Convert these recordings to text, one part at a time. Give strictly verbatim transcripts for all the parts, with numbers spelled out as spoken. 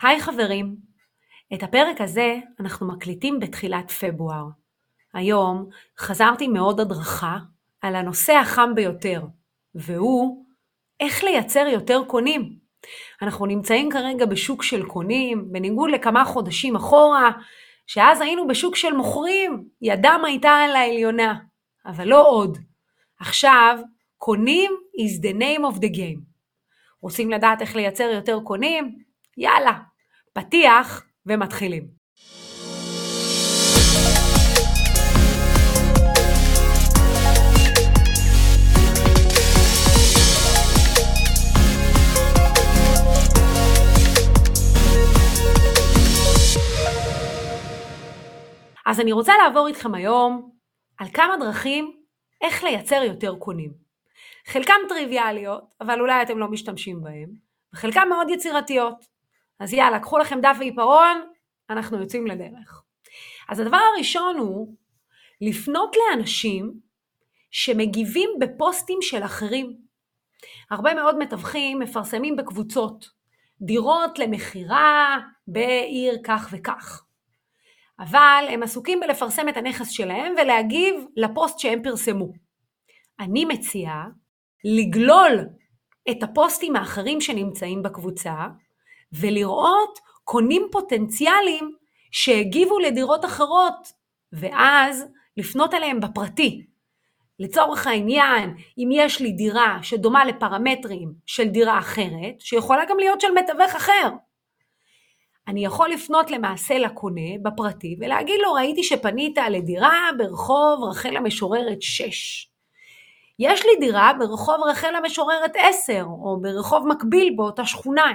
היי חברים, את הפרק הזה אנחנו מקליטים בתחילת פברואר. היום חזרתי מעוד הדרכה על הנושא החם ביותר, והוא איך לייצר יותר קונים. אנחנו נמצאים כרגע בשוק של קונים, בניגוד לכמה חודשים אחורה, שאז היינו בשוק של מוכרים, ידם הייתה על העליונה, אבל לא עוד. עכשיו, קונים is the name of the game. רוצים לדעת איך לייצר יותר קונים? יאללה, פתיח ומתחילים. אז אני רוצה לעבור איתכם היום על כמה דרכים איך לייצר יותר קונים. חלקם טריוויאליות, אבל אולי אתם לא משתמשים בהם, וחלקם מאוד יצירתיות. אז יאללה, קחו לכם דף ועיפרון, אנחנו יוצאים לדרך. אז הדבר הראשון הוא לפנות לאנשים שמגיבים בפוסטים של אחרים. הרבה מאוד מתווכים מפרסמים בקבוצות, דירות למחירה בעיר כך וכך. אבל הם עסוקים בלפרסם את הנכס שלהם ולהגיב לפוסט שהם פרסמו. אני מציעה לגלול את הפוסטים האחרים שנמצאים בקבוצה, ולראות קונים פוטנציאליים שהגיבו לדירות אחרות, ואז לפנות אליהם בפרטי. לצורך העניין, אם יש לי דירה שדומה לפרמטרים של דירה אחרת, שיכולה גם להיות של מתווך אחר, אני יכול לפנות למעשה לקונה בפרטי, ולהגיד לו, ראיתי שפנית לדירה ברחוב רחל המשוררת שש. יש לי דירה ברחוב רחל המשוררת עשר, או ברחוב מקביל באותה שכונה.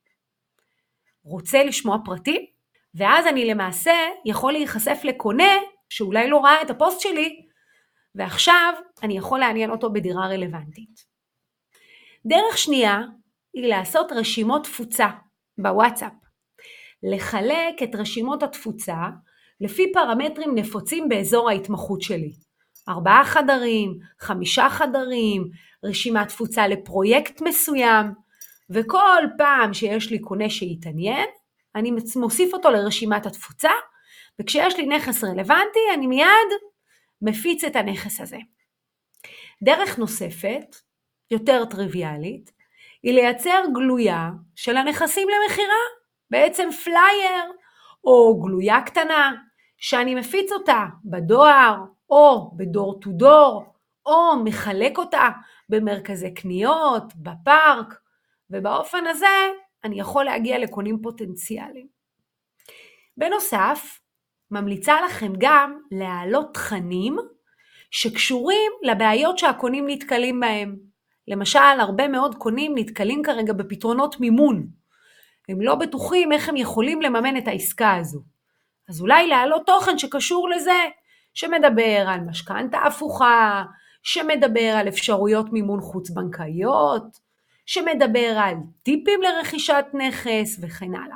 רוצה לשמוע פרטי? ואז אני למעשה יכול להיחשף לקונה, שאולי לא ראה את הפוסט שלי, ועכשיו אני יכול לעניין אותו בדירה רלוונטית. דרך שנייה היא לעשות רשימות תפוצה בוואטסאפ. לחלק את רשימות התפוצה לפי פרמטרים נפוצים באזור ההתמחות שלי. ארבעה חדרים, חמישה חדרים, רשימת תפוצה לפרויקט מסוים, וכל פעם שיש לי קונה שיתעניין, אני מוסיף אותו לרשימת התפוצה, וכשיש לי נכס רלוונטי, אני מיד מפיץ את הנכס הזה. דרך נוספת, יותר טריוויאלית, היא לייצר גלויה של הנכסים למחירה, בעצם פלייר או גלויה קטנה, שאני מפיץ אותה בדואר או בדור טו דור, או מחלק אותה במרכזי קניות, בפארק, ובאופן הזה אני יכול להגיע לקונים פוטנציאליים. בנוסף, ממליצה לכם גם להעלות תכנים שקשורים לבעיות שהקונים נתקלים בהם. למשל, הרבה מאוד קונים נתקלים כרגע בפתרונות מימון. הם לא בטוחים איך הם יכולים לממן את העסקה הזו. אז אולי להעלות תוכן שקשור לזה, שמדבר על משכנתא הפוכה, שמדבר על אפשרויות מימון חוץ בנקאיות, שמדבר על טיפים לרכישת נכס וכן הלאה.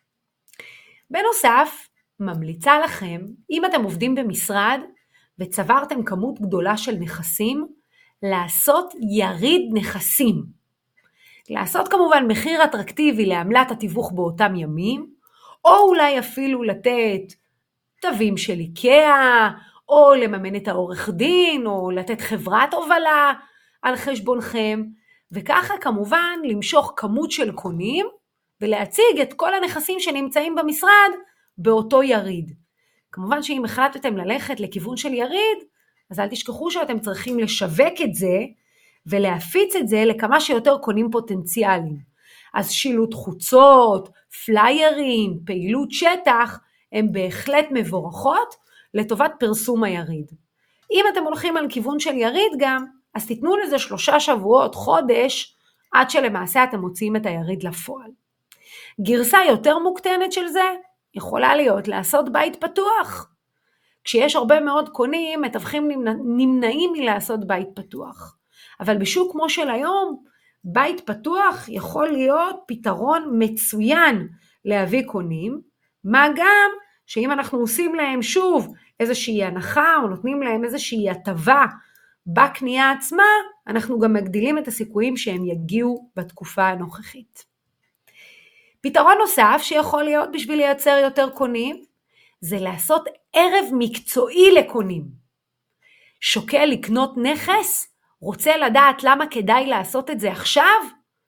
בנוסף, ממליצה לכם, אם אתם עובדים במשרד וצברתם כמות גדולה של נכסים, לעשות יריד נכסים. לעשות כמובן מחיר אטרקטיבי לעמלת התיווך באותם ימים, או אולי אפילו לתת תווים של איקאה, או לממן את העורך דין, או לתת חברת הובלה על חשבונכם, וככה כמובן למשוך כמות של קונים, ולהציג את כל הנכסים שנמצאים במשרד באותו יריד. כמובן שאם החלטתם ללכת לכיוון של יריד, אז אל תשכחו שאתם צריכים לשווק את זה, ולהפיץ את זה לכמה שיותר קונים פוטנציאליים. אז שילוט חוצות, פליירים, פעילות שטח, הן בהחלט מבורכות לטובת פרסום היריד. אם אתם הולכים על כיוון של יריד גם, אז תיתנו לזה שלושה שבועות, חודש, עד שלמעשה אתם מוציאים את היריד לפועל. גרסה יותר מוקטנת של זה, יכולה להיות לעשות בית פתוח. כשיש הרבה מאוד קונים, מתווכים נמנעים מלעשות בית פתוח. אבל בשוק כמו של היום, בית פתוח יכול להיות פתרון מצוין להביא קונים, מה גם שאם אנחנו עושים להם שוב איזושהי הנחה, או נותנים להם איזושהי הטבה בקנייה עצמה, אנחנו גם מגדילים את הסיכויים שהם יגיעו בתקופה הנוכחית. פתרון נוסף שיכול להיות בשביל לייצר יותר קונים, זה לעשות ערב מקצועי לקונים. שוקל לקנות נכס? רוצה לדעת למה כדאי לעשות את זה עכשיו?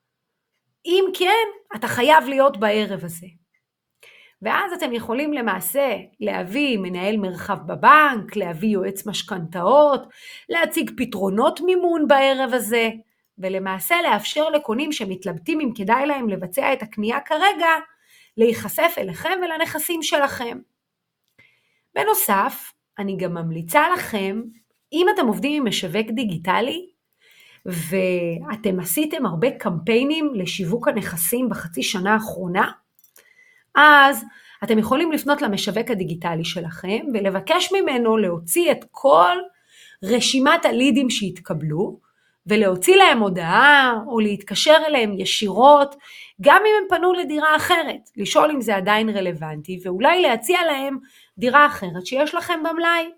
אם כן, אתה חייב להיות בערב הזה. ואז אתם יכולים למעשה להביא מנהל מרחב בבנק, להביא יועץ משכנתאות, להציג פתרונות מימון בערב הזה, ולמעשה לאפשר לקונים שמתלבטים אם כדאי להם לבצע את הקנייה כרגע, להיחשף אליכם ולנכסים שלכם. בנוסף, אני גם ממליצה לכם, אם אתם עובדים עם משווק דיגיטלי, ואתם עשיתם הרבה קמפיינים לשיווק הנכסים בחצי שנה האחרונה, אז אתם יכולים לפנות למשווק הדיגיטלי שלכם, ולבקש ממנו להוציא את כל רשימת הלידים שהתקבלו, ולהוציא להם הודעה, או להתקשר אליהם ישירות, גם אם הם פנו לדירה אחרת, לשאול אם זה עדיין רלוונטי, ואולי להציע להם דירה אחרת שיש לכם במלאי.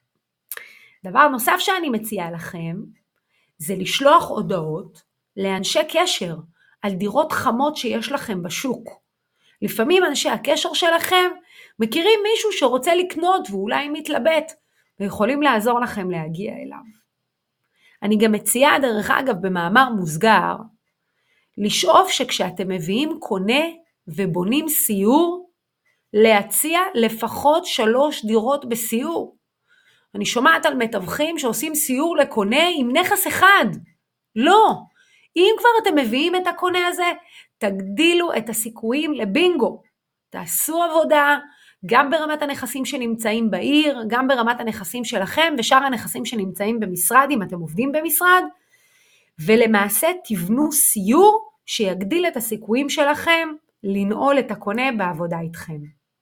דבר נוסף שאני מציעה לכם, זה לשלוח הודעות לאנשי קשר, על דירות חמות שיש לכם בשוק. לפעמים אנשי הקשר שלכם מכירים מישהו שרוצה לקנות ואולי מתלבט, ויכולים לעזור לכם להגיע אליו. אני גם מציעה דרך אגב במאמר מוסגר, לשאוף שכשאתם מביאים קונה ובונים סיור, להציע לפחות שלוש דירות בסיור. אני שומעת על מתווכים שעושים סיור לקונה עם נכס אחד. לא, אם כבר אתם מביאים את הקונה הזה, תגדילו את הסיכויים לבינגו. תעשו עבודה גם ברמת הנכסים שנמצאים בעיר, גם ברמת הנכסים שלכם ושאר הנכסים שנמצאים במשרד, אם אתם עובדים במשרד, ולמעשה תבנו סיור שיגדיל את הסיכויים שלכם לנעול את הקונה בעבודה איתכם.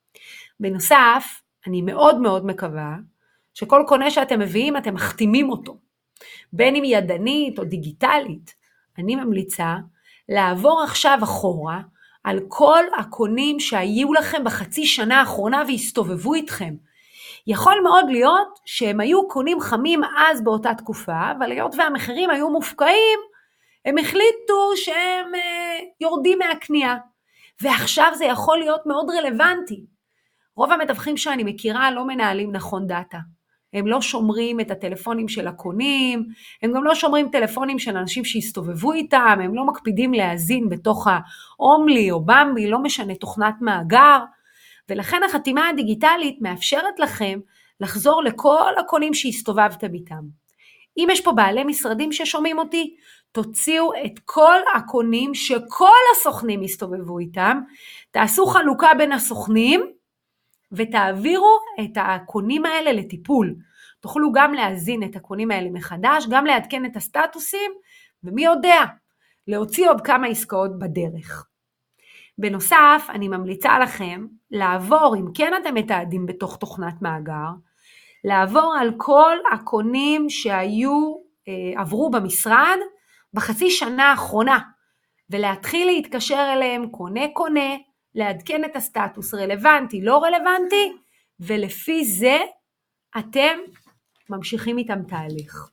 בנוסף, אני מאוד מאוד מקווה שכל קונה שאתם מביאים אתם מחתימים אותו, בין אם ידנית או דיגיטלית. אני ממליצה לעבור עכשיו אחורה על כל הקונים שהיו לכם בחצי שנה האחרונה והסתובבו איתכם. יכול מאוד להיות שהם היו קונים חמים אז באותה תקופה, אבל היות והמחירים היו מופקעים, הם החליטו שהם uh, יורדים מהקנייה. ועכשיו זה יכול להיות מאוד רלוונטי. רוב המתווכים שאני מכירה לא מנהלים נכון דאטה. הם לא שומרים את הטלפונים של הקונים, הם גם לא שומרים טלפונים של אנשים שהסתובבו איתם, הם לא מקפידים להאזין בתוך האומלי או במבי, לא משנה תוכנת מאגר, ולכן החתימה הדיגיטלית מאפשרת לכם לחזור לכל הקונים שהסתובבתם איתם. אם יש פה בעלי משרדים ששומעים אותי, תוציאו את כל הקונים שכל הסוכנים הסתובבו איתם, תעשו חלוקה בין הסוכנים, ותעבירו את הקונים האלה לטיפול. תוכלו גם להזין את הקונים האלה מחדש, גם לעדכן את הסטטוסים, ומי יודע, להוציא עוד כמה עסקאות בדרך. בנוסף, אני ממליצה לכם לעבור, אם כן אתם מתעדים בתוך תוכנת מאגר, לעבור על כל הקונים שהיו, אה, עברו במשרד בחצי שנה האחרונה, ולהתחיל להתקשר אליהם קונה קונה, לעדכן את הסטטוס רלוונטי, לא רלוונטי, ולפי זה אתם ממשיכים איתם תהליך.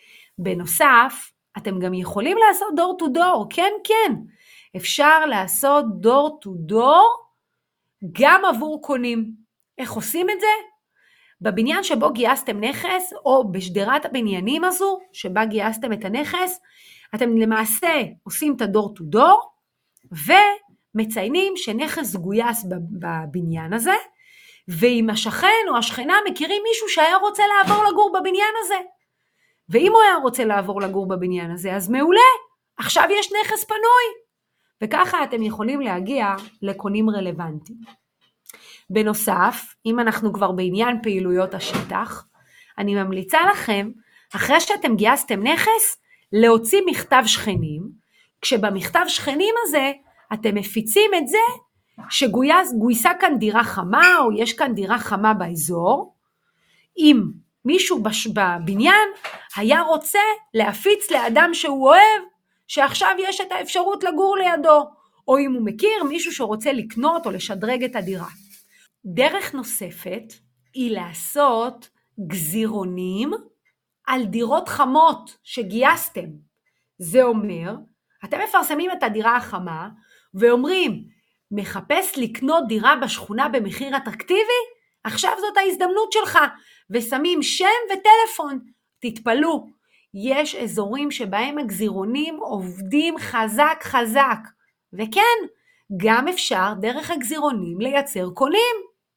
בנוסף, אתם גם יכולים לעשות דור טו דור, כן כן, אפשר לעשות דור טו דור גם עבור קונים. איך עושים את זה? בבניין שבו גייסתם נכס, או בשדרת הבניינים הזו, שבה גייסתם את הנכס, אתם למעשה עושים את הדור טו דור, ו... מציינים שנכס גויס בבניין הזה, ואם השכן או השכנה מכירים מישהו שהיה רוצה לעבור לגור בבניין הזה. ואם הוא היה רוצה לעבור לגור בבניין הזה, אז מעולה, עכשיו יש נכס פנוי. וככה אתם יכולים להגיע לקונים רלוונטיים. בנוסף, אם אנחנו כבר בעניין פעילויות השטח, אני ממליצה לכם, אחרי שאתם גייסתם נכס, להוציא מכתב שכנים, כשבמכתב שכנים הזה, אתם מפיצים את זה שגויסה כאן דירה חמה, או יש כאן דירה חמה באזור, אם מישהו בבניין היה רוצה להפיץ לאדם שהוא אוהב, שעכשיו יש את האפשרות לגור לידו, או אם הוא מכיר מישהו שרוצה לקנות או לשדרג את הדירה. דרך נוספת היא לעשות גזירונים על דירות חמות שגייסתם. זה אומר, אתם מפרסמים את הדירה החמה, ואומרים, מחפש לקנות דירה בשכונה במחיר אטרקטיבי? עכשיו זאת ההזדמנות שלך, ושמים שם וטלפון. תתפלו, יש אזורים שבהם הגזירונים עובדים חזק חזק, וכן, גם אפשר דרך הגזירונים לייצר קונים.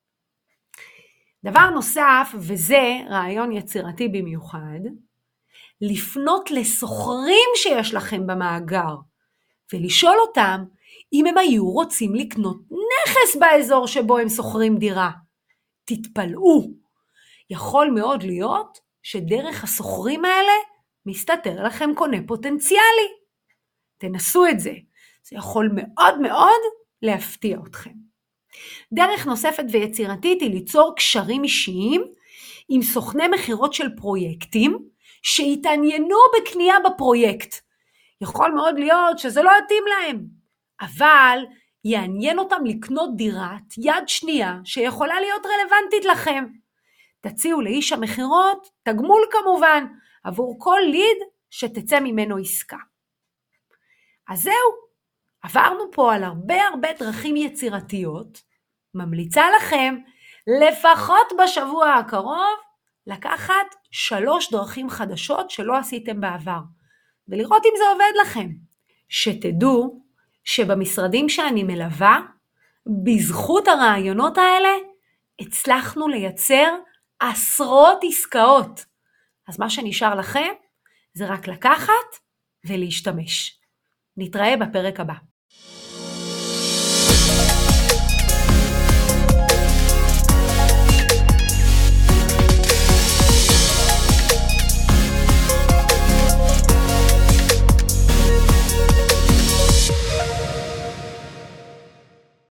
דבר נוסף, וזה רעיון יצירתי במיוחד, לפנות לסוחרים שיש לכם במאגר, ולשאול אותם אם הם היו רוצים לקנות נכס באזור שבו הם סוחרים דירה. תתפלאו, יכול מאוד להיות שדרך הסוחרים האלה מסתתר לכם קונה פוטנציאלי. תנסו את זה, זה יכול מאוד מאוד להפתיע אתכם. דרך נוספת ויצירתית היא ליצור קשרים אישיים עם סוכני מחירות של פרויקטים שהתעניינו בקנייה בפרויקט. יכול מאוד להיות שזה לא יתאים להם, אבל יעניין אותם לקנות דירת יד שנייה שיכולה להיות רלוונטית לכם. תציעו לאיש המחירות תגמול כמובן עבור כל ליד שתצא ממנו עסקה. אז זהו, עברנו פה על הרבה הרבה דרכים יצירתיות. ממליצה לכם לפחות בשבוע הקרוב לקחת שלוש דרכים חדשות שלא עשיתם בעבר, ולראות אם זה עובד לכם. שתדעו שבמשרדים שאני מלווה, בזכות הרעיונות האלה, הצלחנו לייצר עשרות עסקאות. אז מה שנשאר לכם זה רק לקחת ולהשתמש. נתראה בפרק הבא.